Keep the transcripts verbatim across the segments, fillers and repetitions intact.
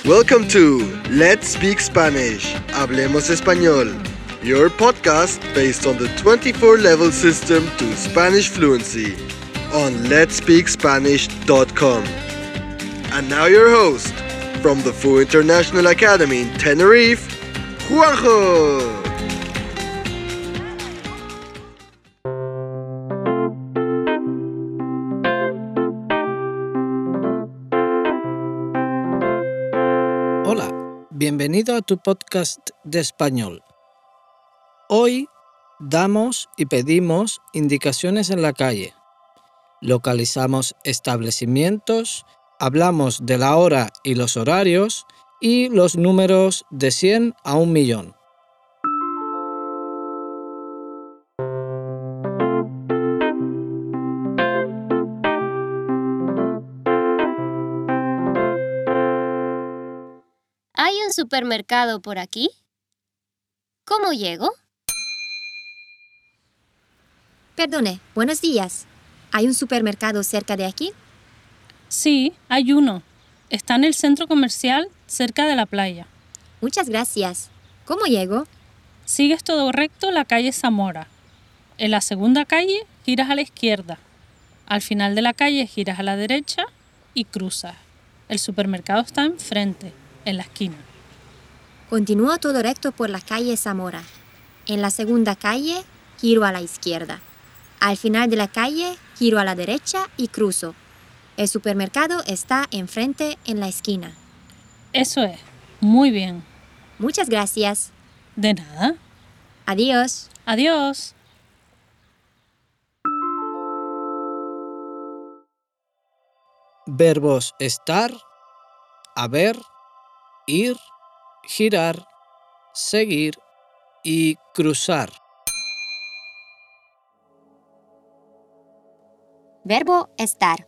Welcome to Let's Speak Spanish, Hablemos Español, your podcast based on the twenty-four level system to Spanish fluency on lets speak spanish dot com. And now your host, from the Fu International Academy in Tenerife, Juanjo! Hola, bienvenido a tu podcast de español. Hoy damos y pedimos indicaciones en la calle. Localizamos establecimientos, hablamos de la hora y los horarios y los números de cien a un millón. ¿Hay un supermercado por aquí? ¿Cómo llego? Perdone, buenos días. ¿Hay un supermercado cerca de aquí? Sí, hay uno. Está en el centro comercial cerca de la playa. Muchas gracias. ¿Cómo llego? Sigues todo recto la calle Zamora. En la segunda calle giras a la izquierda. Al final de la calle giras a la derecha y cruzas. El supermercado está enfrente, en la esquina. Continúo todo recto por la calle Zamora. En la segunda calle giro a la izquierda. Al final de la calle giro a la derecha y cruzo. El supermercado está enfrente en la esquina. Eso es. Muy bien. Muchas gracias. De nada. Adiós. Adiós. Verbos estar, haber, ir, girar, seguir y cruzar. Verbo estar.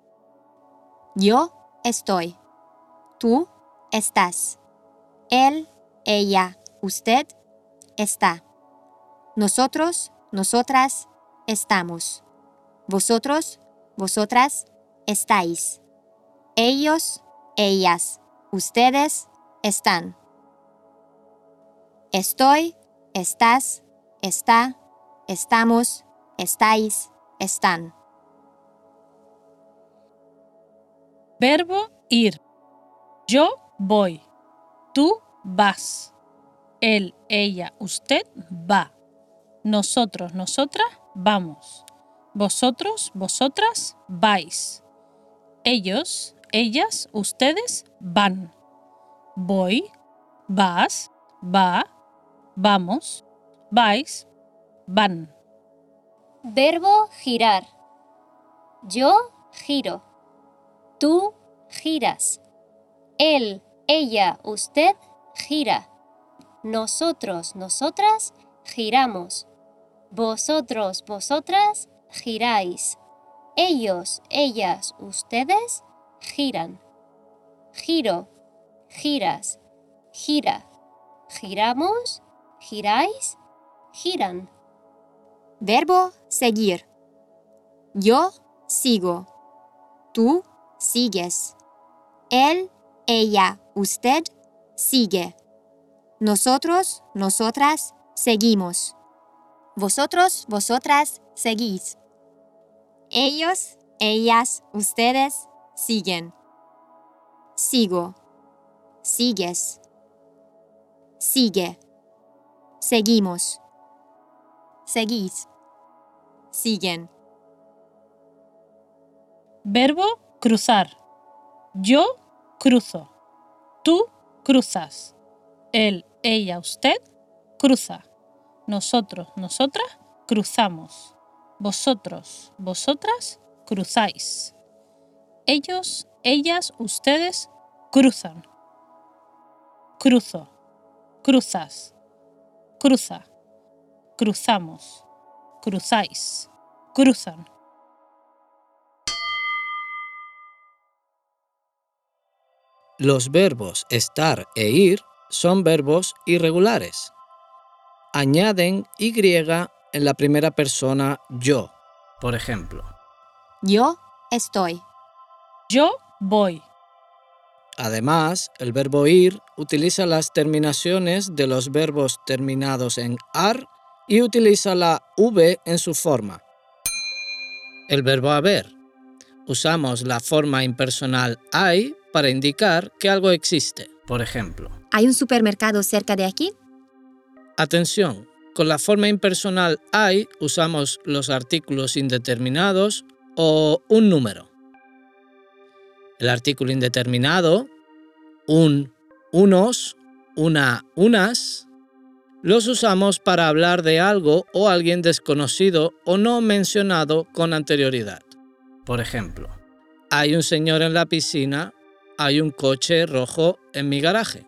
Yo estoy. Tú estás. Él, ella, usted está. Nosotros, nosotras estamos. Vosotros, vosotras estáis. Ellos, ellas, ustedes están. Estoy, estás, está, estamos, estáis, están. Verbo ir. Yo voy. Tú vas. Él, ella, usted va. Nosotros, nosotras vamos. Vosotros, vosotras vais. Ellos, ellas, ustedes van. Voy, vas, va, vamos, vais, van. Verbo girar. Yo giro. Tú giras. Él, ella, usted gira. Nosotros, nosotras giramos. Vosotros, vosotras giráis. Ellos, ellas, ustedes giran. Giro, giras, gira. Giramos, giráis, giran. Verbo seguir. Yo sigo. Tú sigues. Él, ella, usted sigue. Nosotros, nosotras seguimos. Vosotros, vosotras seguís. Ellos, ellas, ustedes siguen. Sigo. Sigues. Sigue. Seguimos. Seguís. Siguen. Verbo cruzar. Yo cruzo. Tú cruzas. Él, ella, usted cruza. Nosotros, nosotras cruzamos. Vosotros, vosotras cruzáis. Ellos, ellas, ustedes cruzan. Cruzo. Cruzas. Cruza. Cruzamos. Cruzáis. Cruzan. Los verbos estar e ir son verbos irregulares. Añaden Y en la primera persona yo, por ejemplo. Yo estoy. Yo voy. Además, el verbo ir utiliza las terminaciones de los verbos terminados en ar y utiliza la v en su forma. El verbo haber. Usamos la forma impersonal hay para indicar que algo existe. Por ejemplo, ¿Hay un supermercado cerca de aquí? atención, con la forma impersonal hay usamos los artículos indeterminados o un número. El artículo indeterminado, un, unos, una, unas, los usamos para hablar de algo o alguien desconocido o no mencionado con anterioridad. Por ejemplo, hay un señor en la piscina, hay un coche rojo en mi garaje.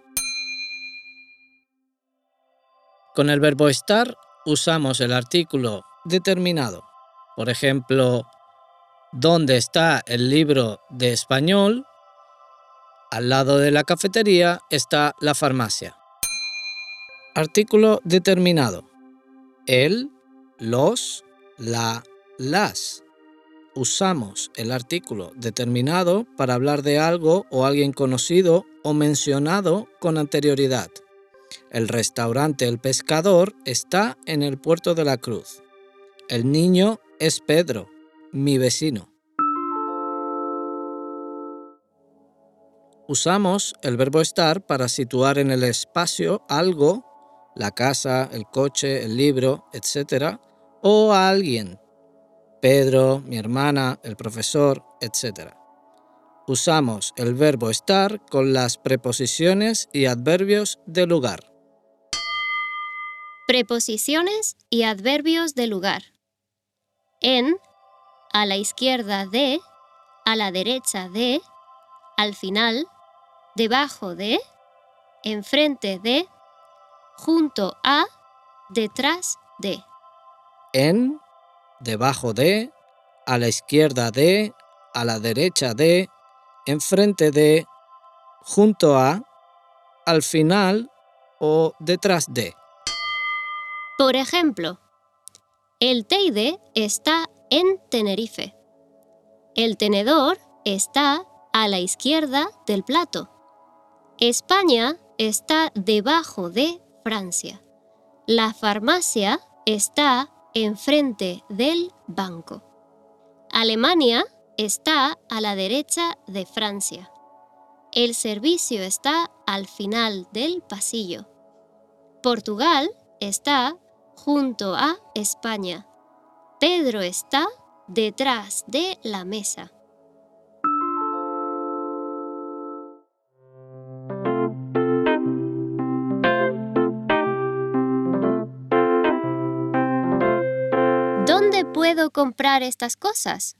Con el verbo estar usamos el artículo determinado. Por ejemplo, ¿dónde está el libro de español? Al lado de la cafetería está la farmacia. Artículo determinado. El, los, la, las. Usamos el artículo determinado para hablar de algo o alguien conocido o mencionado con anterioridad. El restaurante El Pescador está en el puerto de la Cruz. El niño es Pedro, mi vecino. Usamos el verbo estar para situar en el espacio algo, la casa, el coche, el libro, etcétera, o a alguien, Pedro, mi hermana, el profesor, etcétera. Usamos el verbo estar con las preposiciones y adverbios de lugar. Preposiciones y adverbios de lugar. En, a la izquierda de, a la derecha de, al final, debajo de, enfrente de, junto a, detrás de. En, debajo de, a la izquierda de, a la derecha de, enfrente de, junto a, al final o detrás de. Por ejemplo, el Teide está en Tenerife. El tenedor está a la izquierda del plato. España está debajo de Francia. La farmacia está enfrente del banco. Alemania está a la derecha de Francia. El servicio está al final del pasillo. Portugal está junto a España. Pedro está detrás de la mesa. ¿Dónde puedo comprar estas cosas?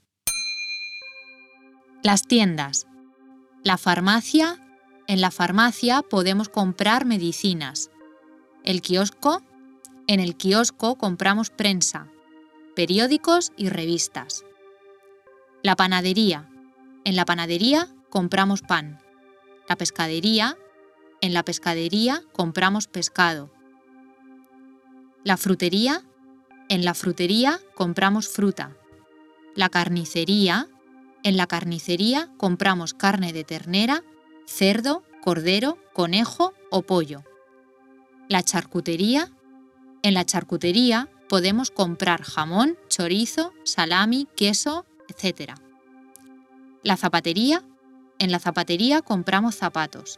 Las tiendas. La farmacia. En la farmacia podemos comprar medicinas. El kiosco. En el kiosco compramos prensa, periódicos y revistas. La panadería. En la panadería compramos pan. La pescadería. En la pescadería compramos pescado. La frutería. En la frutería compramos fruta. La carnicería. En la carnicería compramos carne de ternera, cerdo, cordero, conejo o pollo. La charcutería. En la charcutería podemos comprar jamón, chorizo, salami, queso, etcétera. La zapatería. En la zapatería compramos zapatos.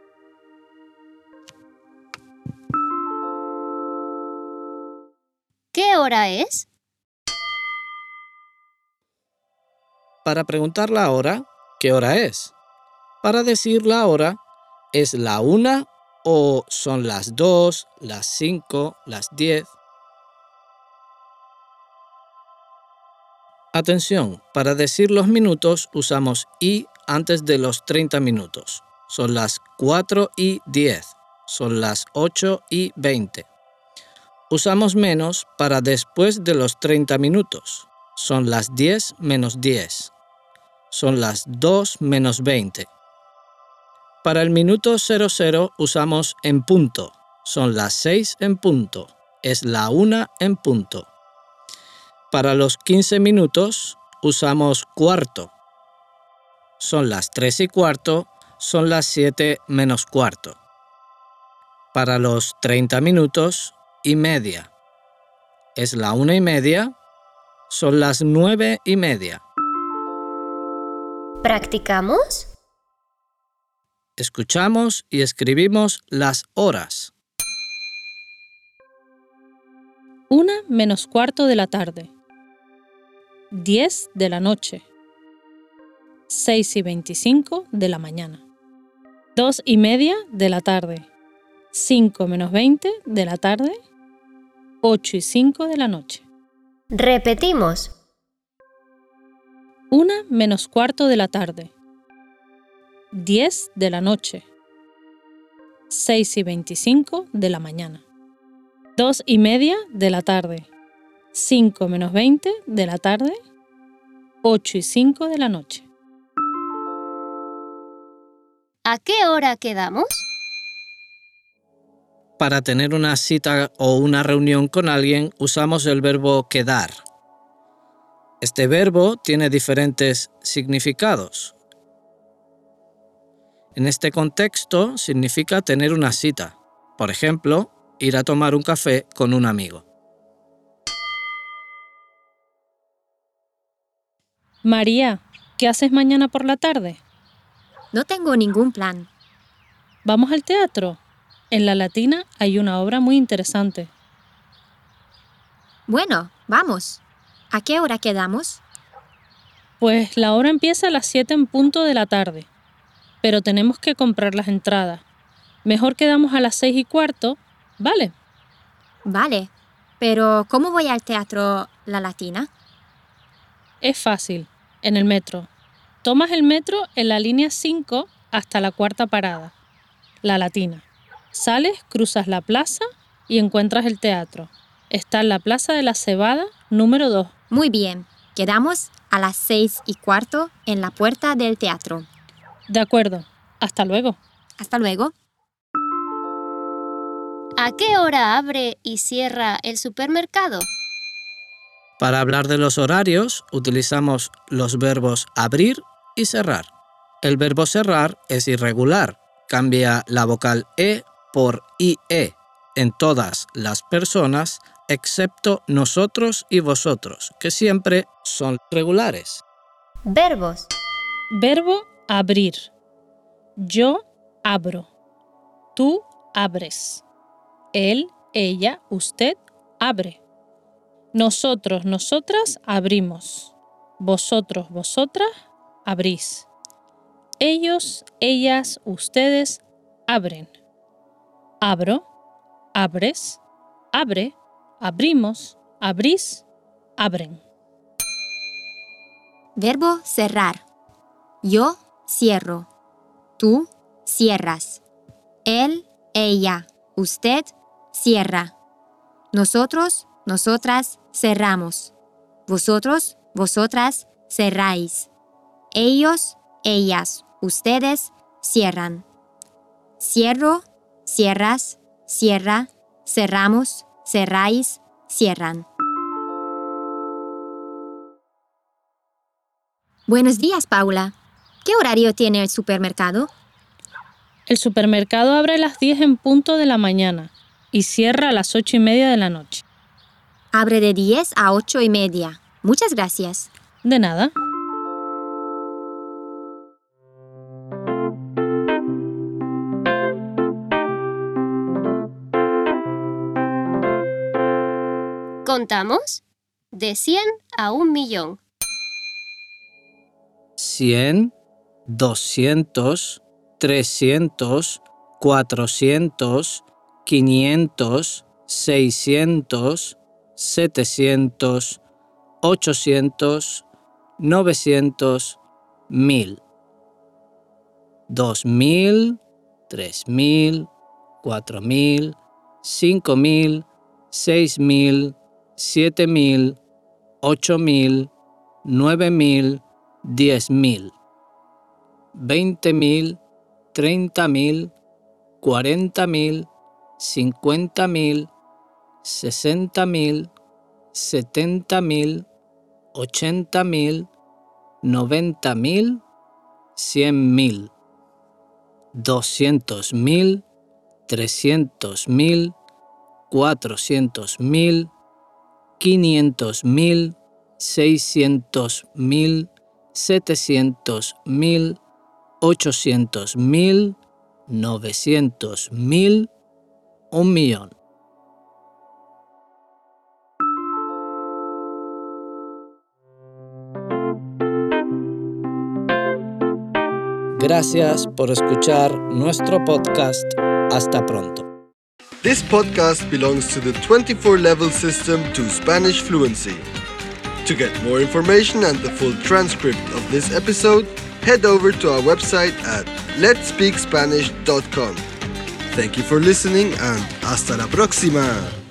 ¿Qué hora es? Para preguntar la hora, ¿qué hora es? Para decir la hora, ¿es la una o son las dos, las cinco, las diez? Atención, para decir los minutos usamos y antes de los treinta minutos. Son las cuatro y diez, son las ocho y veinte. Usamos menos para después de los treinta minutos. Son las diez menos diez. Son las dos menos veinte. Para el minuto cero cero usamos en punto. Son las seis en punto. Es la una en punto. Para los quince minutos usamos cuarto. Son las tres y cuarto son las siete menos cuarto. Para los treinta minutos y media es la una y media, son las nueve y media. ¿Practicamos? Escuchamos y escribimos las horas. Una menos cuarto de la tarde. Diez de la noche. Seis y veinticinco de la mañana. Dos y media de la tarde. Cinco menos veinte de la tarde. Ocho y cinco de la noche. Repetimos. Una menos cuarto de la tarde. Diez de la noche. Seis y veinticinco de la mañana. Dos y media de la tarde. Cinco menos veinte de la tarde. Ocho y cinco de la noche. ¿A qué hora quedamos? Para tener una cita o una reunión con alguien usamos el verbo quedar. Este verbo tiene diferentes significados. En este contexto significa tener una cita. Por ejemplo, ir a tomar un café con un amigo. María, ¿qué haces mañana por la tarde? No tengo ningún plan. ¿Vamos al teatro? En la Latina hay una obra muy interesante. Bueno, vamos. ¿A qué hora quedamos? Pues la obra empieza a las siete en punto de la tarde, pero tenemos que comprar las entradas. Mejor quedamos a las seis y cuarto, ¿vale? Vale, pero ¿cómo voy al teatro La Latina? Es fácil, en el metro. Tomas el metro en la línea cinco hasta la cuarta parada, La Latina. Sales, cruzas la plaza y encuentras el teatro. Está en la Plaza de la Cebada, número dos. Muy bien, quedamos a las seis y cuarto en la puerta del teatro. De acuerdo, hasta luego. Hasta luego. ¿A qué hora abre y cierra el supermercado? Para hablar de los horarios, utilizamos los verbos abrir y cerrar. El verbo cerrar es irregular, cambia la vocal E por I E en todas las personas, excepto nosotros y vosotros, que siempre son regulares. Verbos. Verbo abrir. Yo abro. Tú abres. Él, ella, usted abre. Nosotros, nosotras abrimos. Vosotros, vosotras abrís. Ellos, ellas, ustedes abren. Abro, abres, abre, abrimos, abrís, abren. Verbo cerrar. Yo cierro. Tú cierras. Él, ella, usted cierra. Nosotros, nosotras cerramos. Vosotros, vosotras cerráis. Ellos, ellas, ustedes cierran. Cierro, cierras, cierra, cerramos, cerráis, cierran. Buenos días, Paula. ¿Qué horario tiene el supermercado? El supermercado abre a las diez en punto de la mañana y cierra a las ocho y media de la noche. Abre de diez a ocho y media. Muchas gracias. De nada. ¿Contamos? De cien a un millón. cien, doscientos, trescientos, cuatrocientos, quinientos, seiscientos, setecientos, ochocientos, novecientos, mil. Dos mil, tres mil, cuatro mil, cinco mil, seis mil, siete mil, ocho mil, nueve mil, diez mil, veinte mil, treinta mil, cuarenta mil, cincuenta mil, sesenta mil, setenta mil, ochenta mil, noventa mil, cien mil. doscientos mil, trescientos mil, cuatrocientos mil, quinientos mil, seiscientos mil, setecientos mil, ochocientos mil, novecientos mil, un millón. Gracias por escuchar nuestro podcast. Hasta pronto. This podcast belongs to the twenty-four level system to Spanish fluency. To get more information and the full transcript of this episode, head over to our website at lets speak spanish dot com. Thank you for listening and hasta la próxima!